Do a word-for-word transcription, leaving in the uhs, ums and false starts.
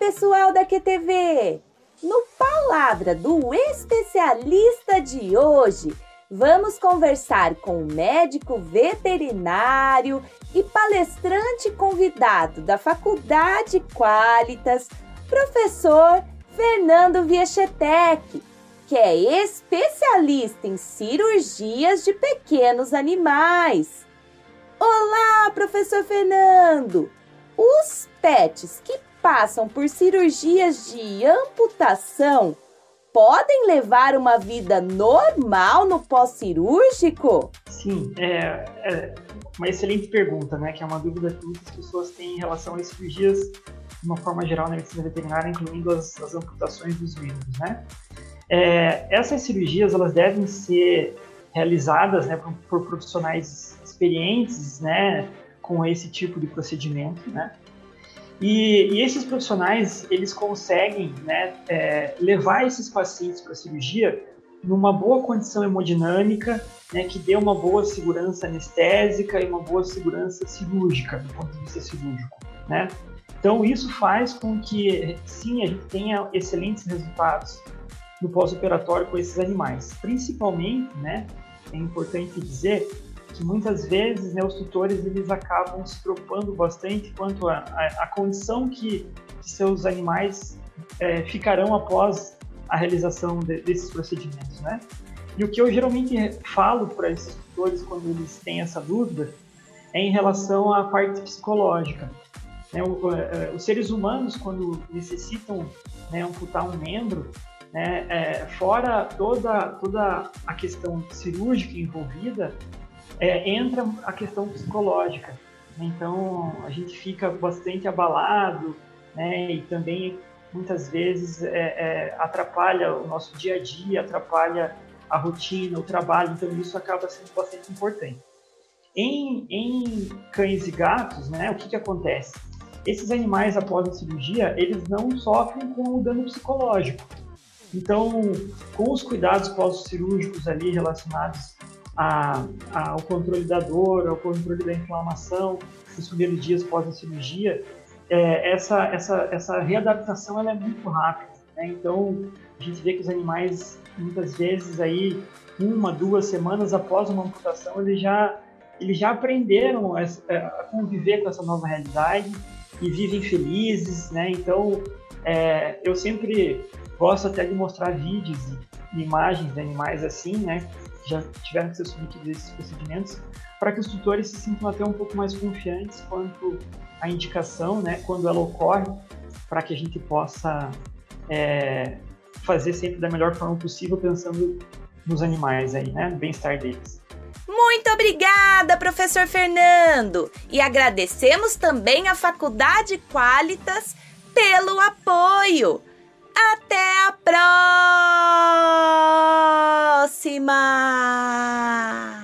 pessoal da Q T V! No Palavra do Especialista de hoje, vamos conversar com o médico veterinário e palestrante convidado da Faculdade Qualitas, professor Fernando Viechetek, que é especialista em cirurgias de pequenos animais. Olá, professor Fernando! Os pets que passam por cirurgias de amputação podem levar uma vida normal no pós-cirúrgico? Sim, é, é uma excelente pergunta, né? Que é uma dúvida que muitas pessoas têm em relação às cirurgias de uma forma geral na medicina veterinária, incluindo as, as amputações dos membros, né? É, essas cirurgias, elas devem ser realizadas, né, por, por profissionais experientes, né, com esse tipo de procedimento, né? E, e esses profissionais, eles conseguem, né, é, levar esses pacientes para a cirurgia numa boa condição hemodinâmica, né, que dê uma boa segurança anestésica e uma boa segurança cirúrgica, do ponto de vista cirúrgico, né? Então, isso faz com que, sim, a gente tenha excelentes resultados no pós-operatório com esses animais. Principalmente, né, é importante dizer que muitas vezes, né, os tutores eles acabam se preocupando bastante quanto à a, a, a condição que, que seus animais é, ficarão após a realização de, desses procedimentos, né? E o que eu geralmente falo para esses tutores quando eles têm essa dúvida é em relação à parte psicológica. Né? O, o, os seres humanos, quando necessitam, né, amputar um membro, né, é, fora toda, toda a questão cirúrgica envolvida, É, entra a questão psicológica. Então, a gente fica bastante abalado, né, e também, muitas vezes, é, é, atrapalha o nosso dia a dia, atrapalha a rotina, o trabalho, então isso acaba sendo bastante importante. Em, em cães e gatos, né, o que, que acontece? Esses animais, após a cirurgia, eles não sofrem com o dano psicológico. Então, com os cuidados pós-cirúrgicos ali relacionados A, a, ao controle da dor, ao controle da inflamação, nos primeiros dias pós a cirurgia, é, essa, essa, essa readaptação ela é muito rápida, né? Então, a gente vê que os animais, muitas vezes, aí, uma, duas semanas após uma amputação, eles já, eles já aprenderam a, a conviver com essa nova realidade e vivem felizes, né? Então, é, eu sempre gosto até de mostrar vídeos e imagens de animais assim, né? Já tiveram que ser submetidos a esses procedimentos, para que os tutores se sintam até um pouco mais confiantes quanto à indicação, né, quando ela ocorre, para que a gente possa é, fazer sempre da melhor forma possível, pensando nos animais aí, né, no bem-estar deles. Muito obrigada, professor Fernando! E agradecemos também à Faculdade Qualitas pelo apoio. Até a próxima!